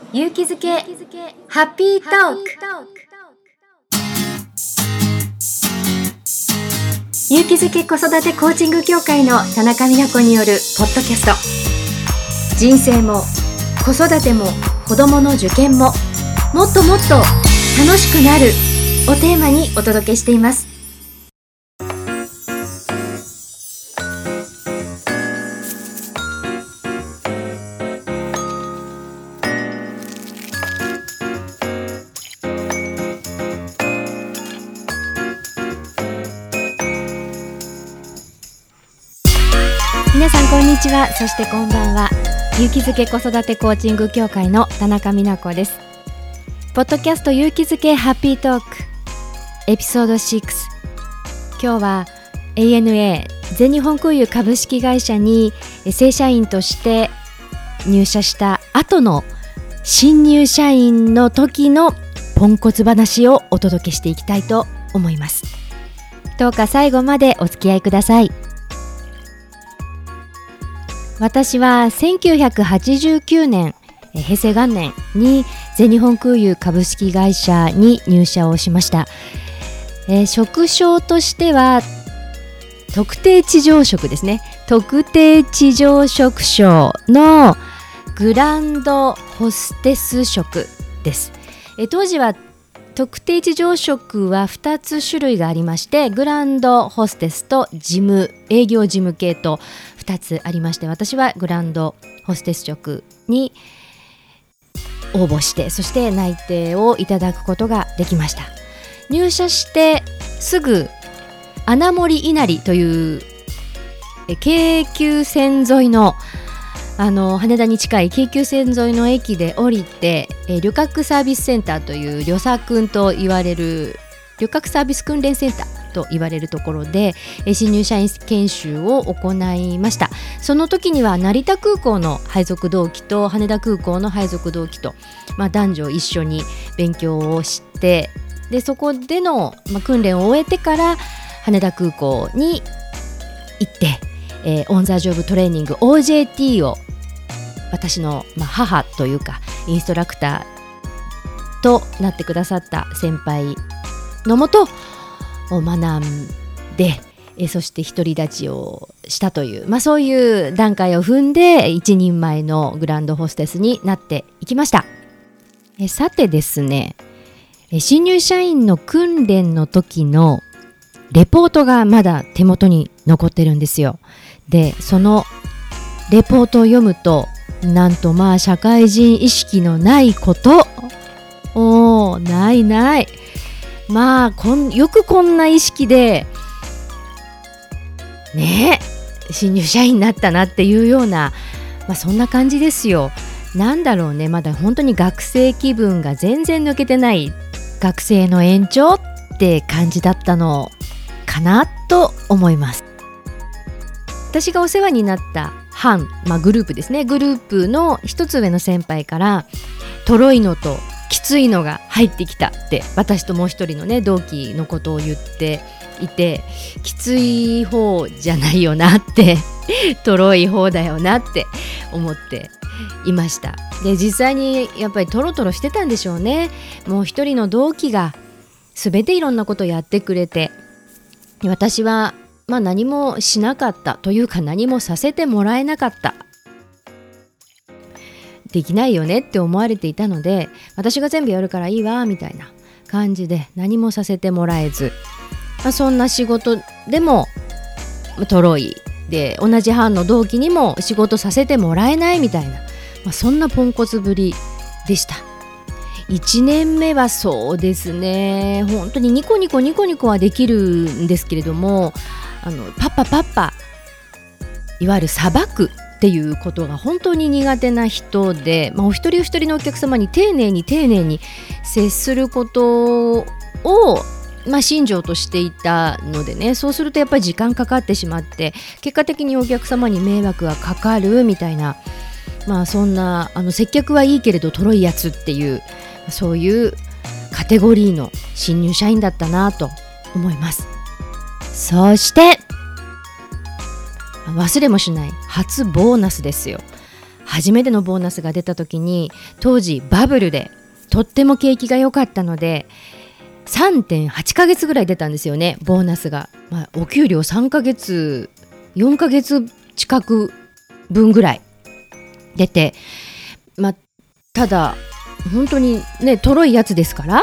勇気づけハッピートーク。勇気づけ子育てコーチング協会の田中美奈子によるポッドキャスト。人生も子育ても子どもの受験ももっともっと楽しくなるをテーマにお届けしています。皆さんこんにちは、そしてこんばんは。勇気づけ子育てコーチング協会の田中美奈子です。ポッドキャスト勇気づけハッピートークエピソード6。今日は ANA 全日本空輸株式会社に正社員として入社した後の新入社員の時のポンコツ話をお届けしていきたいと思います。どうか最後までお付き合いください。私は1989年平成元年に全日本空輸株式会社に入社をしました。職種としては特定地上職ですね。特定地上職賞のグランドホステス職です。当時は特定地上職は2つ種類がありまして、グランドホステスと営業事務系と2つありまして、私はグランドホステス職に応募して、そして内定をいただくことができました。入社してすぐ穴守稲荷という京急線沿いの羽田に近い京急線沿いの駅で降りて、旅客サービスセンターという旅サ訓と言われる旅客サービス訓練センターと言われるところで新入社員研修を行いました。その時には成田空港の配属同期と羽田空港の配属同期と、男女一緒に勉強をして、でそこでの、訓練を終えてから羽田空港に行って、オンザジョブトレーニング OJT を私の、母というかインストラクターとなってくださった先輩のもとを学んで、そして独り立ちをしたという、そういう段階を踏んで一人前のグランドホステスになっていきました。さてですね、新入社員の訓練の時のレポートがまだ手元に残ってるんですよ。でそのレポートを読むと、なんと社会人意識のないこと、ないよくこんな意識で新入社員になったなっていうような、そんな感じですよ。なんだろうね、まだ本当に学生気分が全然抜けてない学生の延長って感じだったのかなと思います。私がお世話になったグループですね。グループの一つ上の先輩から、とろいのときついのが入ってきたって私ともう一人の同期のことを言っていて、きつい方じゃないよなってとろい方だよなって思っていました。で実際にやっぱりトロトロしてたんでしょうね。もう一人の同期が全ていろんなことをやってくれて、私は何もしなかったというか、何もさせてもらえなかった、できないよねって思われていたので、私が全部やるからいいわみたいな感じで何もさせてもらえず、そんな仕事でもとろいで、同じ班の同期にも仕事させてもらえないみたいな、そんなポンコツぶりでした。1年目はそうですね、本当にニコニコはできるんですけれども、パッパいわゆるさばくっていうことが本当に苦手な人で、お一人お一人のお客様に丁寧に接することを信条としていたのでね、そうするとやっぱり時間かかってしまって、結果的にお客様に迷惑がかかるみたいな、そんな接客はいいけれどとろいやつっていう、そういうカテゴリーの新入社員だったなと思います。そして忘れもしない初ボーナスですよ。 初めてのボーナスが出た時に、当時バブルでとっても景気が良かったので 3.8 ヶ月ぐらい出たんですよね、ボーナスが。お給料3ヶ月4ヶ月近く分ぐらい出て、ただ本当にね、とろいやつですから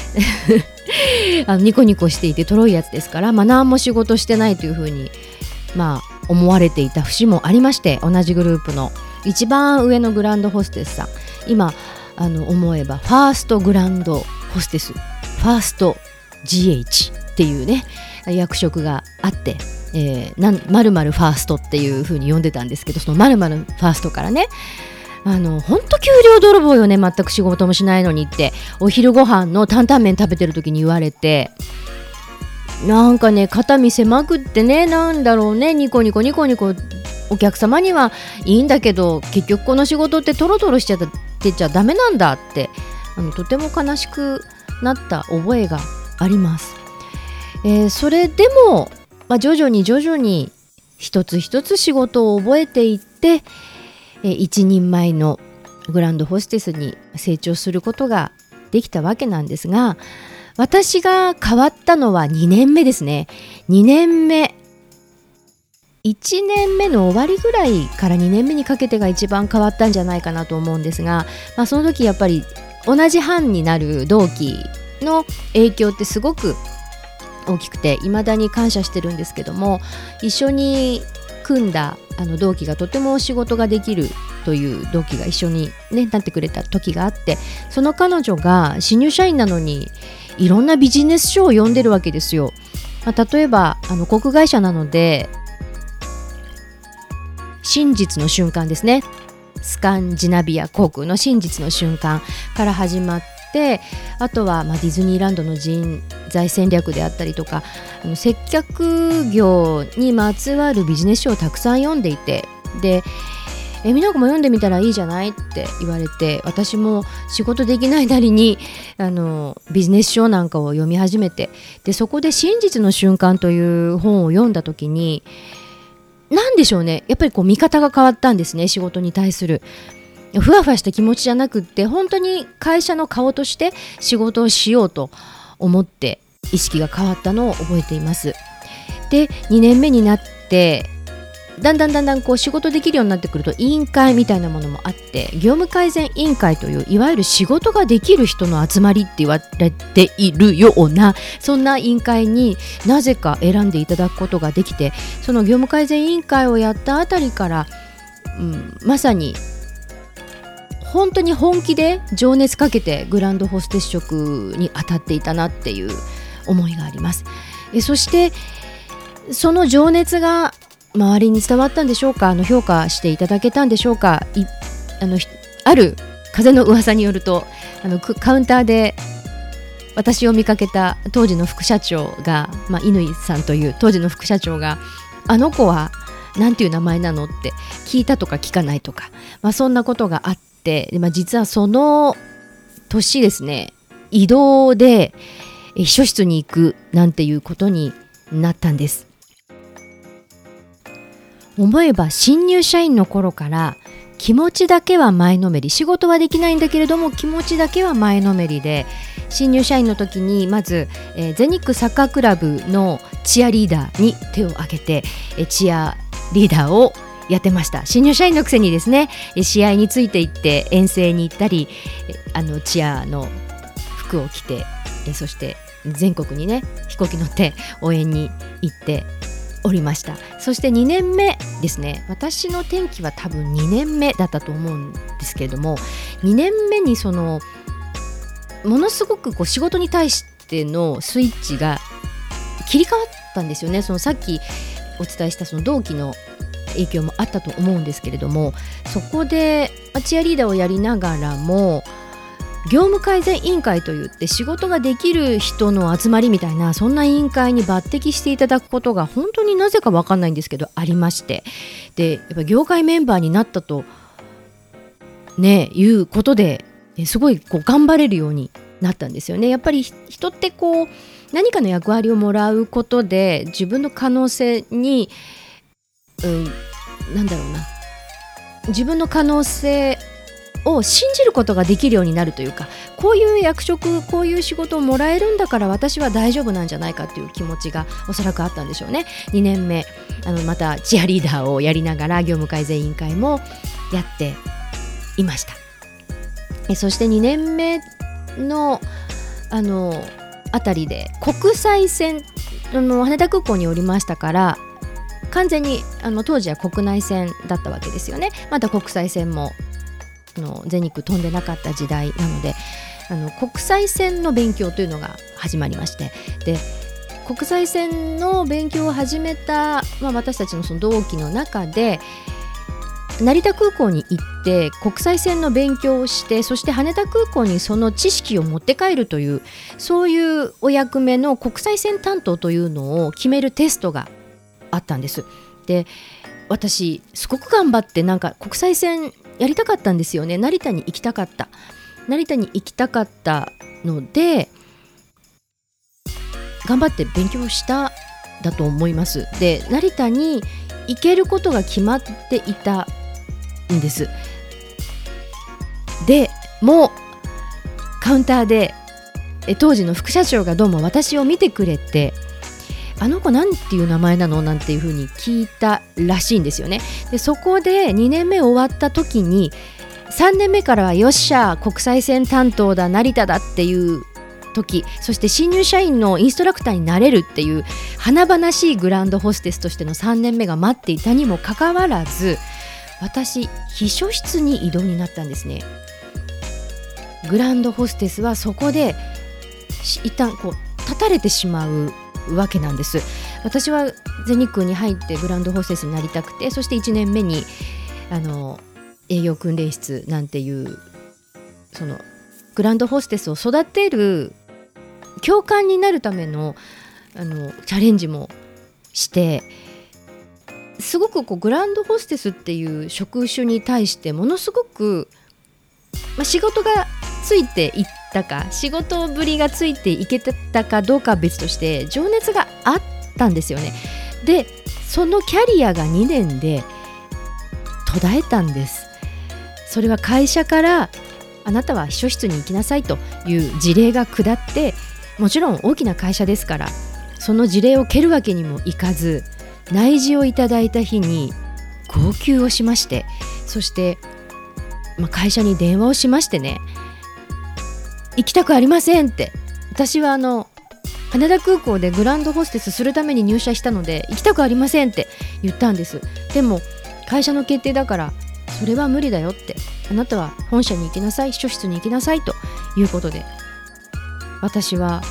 ニコニコしていてとろいやつですから、何も仕事してないというふうに思われていた節もありまして、同じグループの一番上のグランドホステスさん、今思えばファーストグランドホステス、ファースト GH っていうね役職があって、〇〇ファーストっていう風に呼んでたんですけど、その〇〇ファーストからね、ほんと給料泥棒よね、全く仕事もしないのにってお昼ご飯の担々麺食べてる時に言われて、なんかね肩身狭くってね、なんだろうね、ニコニコお客様にはいいんだけど、結局この仕事ってトロトロしちゃってちゃダメなんだって、とても悲しくなった覚えがあります。それでも、徐々に一つ一つ仕事を覚えていって、一人前のグランドホステスに成長することができたわけなんですが、私が変わったのは2年目ですね。2年目1年目の終わりぐらいから2年目にかけてが一番変わったんじゃないかなと思うんですが、その時やっぱり同じ班になる同期の影響ってすごく大きくて、未だに感謝してるんですけども、一緒に組んだ同期がとても仕事ができるという同期が一緒に、なってくれた時があって、その彼女が新入社員なのにいろんなビジネス書を読んでるわけですよ。例えば航空会社なので真実の瞬間ですね、スカンジナビア航空の真実の瞬間から始まって、あとはディズニーランドの人材戦略であったりとか、接客業にまつわるビジネス書をたくさん読んでいて、で美奈子も読んでみたらいいじゃないって言われて、私も仕事できないなりにビジネス書なんかを読み始めて、でそこで真実の瞬間という本を読んだ時に、なんでしょうね、やっぱり見方が変わったんですね。仕事に対するふわふわした気持ちじゃなくって、本当に会社の顔として仕事をしようと思って意識が変わったのを覚えています。で2年目になってだんだん仕事できるようになってくると、委員会みたいなものもあって、業務改善委員会といういわゆる仕事ができる人の集まりって言われているような、そんな委員会になぜか選んでいただくことができて、その業務改善委員会をやったあたりから、まさに本当に本気で情熱かけてグランドホステス職に当たっていたなっていう思いがあります。そしてその情熱が周りに伝わったんでしょうか、評価していただけたんでしょうか。ある風の噂によると、カウンターで私を見かけた当時の副社長が、乾さんという当時の副社長が、あの子はなんていう名前なのって聞いたとか聞かないとか、そんなことがあって、実はその年ですね、異動で秘書室に行くなんていうことになったんです。思えば新入社員の頃から気持ちだけは前のめり、仕事はできないんだけれども気持ちだけは前のめりで、新入社員の時にまず、全日空サッカークラブのチアリーダーに手を挙げて、チアリーダーをやってました。新入社員のくせにですね、試合について行って遠征に行ったり、チアの服を着て、そして全国にね飛行機乗って応援に行っておりました。そして2年目ですね、私の転機は多分2年目だったと思うんですけれども、2年目にものすごく仕事に対してのスイッチが切り替わったんですよね。さっきお伝えした同期の影響もあったと思うんですけれども、そこでチアリーダーをやりながらも業務改善委員会といって仕事ができる人の集まりみたいな、そんな委員会に抜擢していただくことが本当になぜか分かんないんですけどありまして、でやっぱ業界メンバーになったということですごい頑張れるようになったんですよね。やっぱり人って何かの役割をもらうことで自分の可能性に、 自分の可能性を信じることができるようになるというか、こういう役職、こういう仕事をもらえるんだから私は大丈夫なんじゃないかっていう気持ちがおそらくあったんでしょうね。2年目またチアリーダーをやりながら業務改善委員会もやっていました。そして2年目のあたりで国際線羽田空港におりましたから、完全に当時は国内線だったわけですよね。また国際線も全日空飛んでなかった時代なので、国際線の勉強というのが始まりまして、で国際線の勉強を始めた、私たちのその同期の中で成田空港に行って国際線の勉強をして、そして羽田空港にその知識を持って帰るという、そういうお役目の国際線担当というのを決めるテストがあったんです。で私すごく頑張って国際線やりたかったんですよね。成田に行きたかったので頑張って勉強しただと思います。で成田に行けることが決まっていたんです。でもうカウンターで当時の副社長がどうも私を見てくれて、あの子なんていう名前なのなんていうふうに聞いたらしいんですよね。でそこで2年目終わった時に、3年目からはよっしゃ国際線担当だ成田だっていう時、そして新入社員のインストラクターになれるっていう華々しいグランドホステスとしての3年目が待っていたにもかかわらず、私秘書室に異動になったんですね。グランドホステスはそこで一旦立たれてしまうわけなんです。私は全日空に入ってグランドホステスになりたくて、そして1年目に営業訓練室なんていうそのグランドホステスを育てる教官になるためのチャレンジもして、すごくグランドホステスっていう職種に対してものすごく、仕事がついていったか仕事ぶりがついていけたかどうかは別として情熱があったんですよね。でそのキャリアが2年で途絶えたんです。それは会社からあなたは秘書室に行きなさいという事例が下って、もちろん大きな会社ですからその事例を蹴るわけにもいかず、内示をいただいた日に号泣をしまして、そして会社に電話をしましてね、行きたくありませんって、私は羽田空港でグランドホステスするために入社したので行きたくありませんって言ったんです。でも会社の決定だからそれは無理だよって、あなたは本社に行きなさい、秘書室に行きなさいということで、私は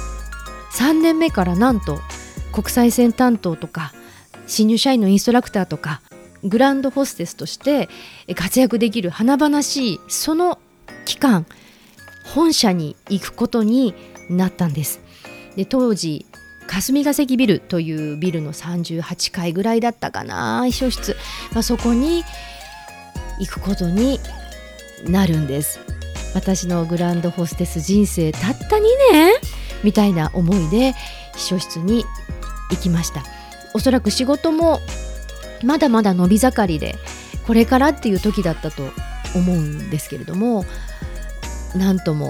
3年目からなんと国際線担当とか新入社員のインストラクターとかグランドホステスとして活躍できる華々しいその期間、本社に行くことになったんです。で当時霞が関ビルというビルの38階ぐらいだったかな、秘書室、そこに行くことになるんです。私のグランドホステス人生たった2年みたいな思いで秘書室に行きました。おそらく仕事もまだまだ伸び盛りでこれからっていう時だったと思うんですけれども、なんと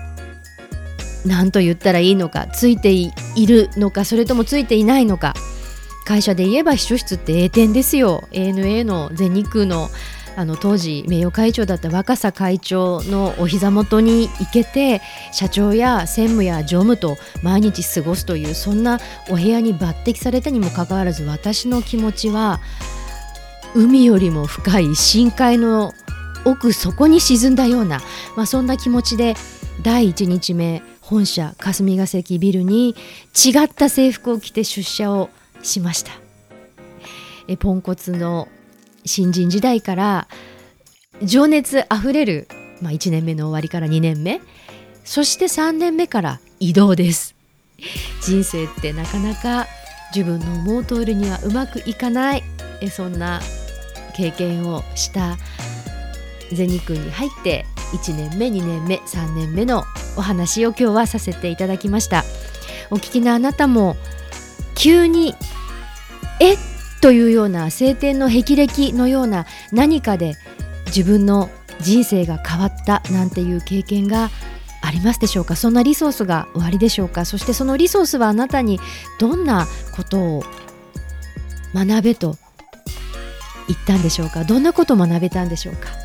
言ったらいいのか、ついているのかそれともついていないのか。会社で言えば秘書室って栄転ですよ。 ANA の全日空の当時名誉会長だった若狭会長のお膝元に行けて、社長や専務や常務と毎日過ごすという、そんなお部屋に抜擢されたにもかかわらず、私の気持ちは海よりも深い深海の奥底に沈んだような、そんな気持ちで第1日目本社霞が関ビルに違った制服を着て出社をしました。ポンコツの新人時代から情熱あふれる、1年目の終わりから2年目、そして3年目から異動です。人生ってなかなか自分の思う通りにはうまくいかない、そんな経験をした全日空に入って1年目2年目3年目のお話を今日はさせていただきました。お聞きのあなたも急にというような青天の霹靂のような何かで自分の人生が変わったなんていう経験がありますでしょうか。そんなリソースがおありでしょうか。そしてそのリソースはあなたにどんなことを学べと言ったんでしょうか。どんなことを学べたんでしょうか。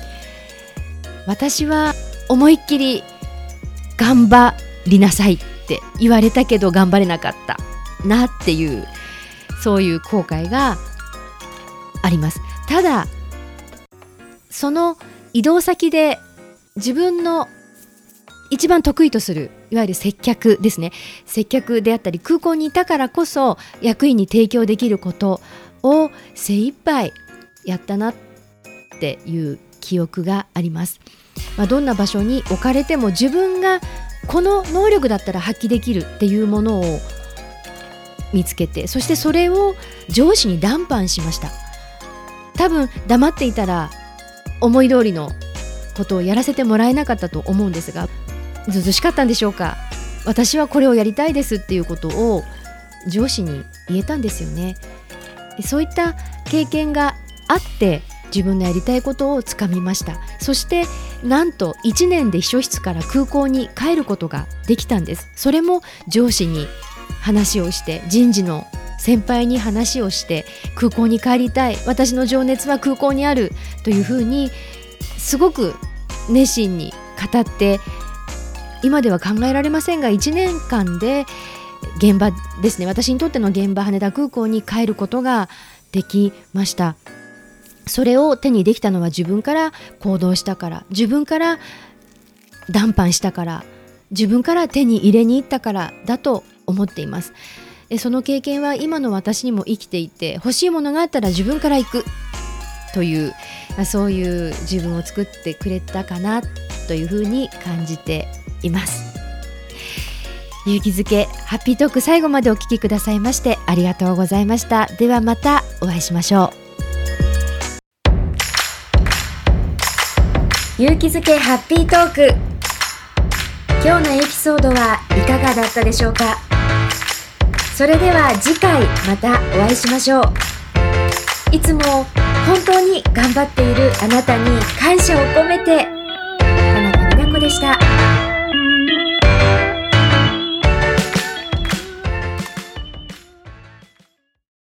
私は思いっきり頑張りなさいって言われたけど頑張れなかったなっていう、そういう後悔があります。ただその移動先で自分の一番得意とするいわゆる接客ですね、接客であったり空港にいたからこそ役員に提供できることを精一杯やったなっていう記憶があります。どんな場所に置かれても自分がこの能力だったら発揮できるっていうものを見つけて、そしてそれを上司に談判しました。多分黙っていたら思い通りのことをやらせてもらえなかったと思うんですが、ずうずうしかったんでしょうか。私はこれをやりたいですっていうことを上司に言えたんですよね。そういった経験があって自分のやりたいことをつかみました。そしてなんと1年で秘書室から空港に帰ることができたんです。それも上司に話をして、人事の先輩に話をして、空港に帰りたい、私の情熱は空港にあるというふうにすごく熱心に語って、今では考えられませんが1年間で現場ですね、私にとっての現場羽田空港に帰ることができました。それを手にできたのは自分から行動したから、自分から談判したから、自分から手に入れに行ったからだと思っています。その経験は今の私にも生きていて、欲しいものがあったら自分から行くという、そういう自分を作ってくれたかなというふうに感じています。勇気づけハッピートーク、最後までお聞きくださいましてありがとうございました。ではまたお会いしましょう。勇気づけハッピートーク、今日のエピソードはいかがだったでしょうか。それでは次回またお会いしましょう。いつも本当に頑張っているあなたに感謝を込めて、田中美奈子でした。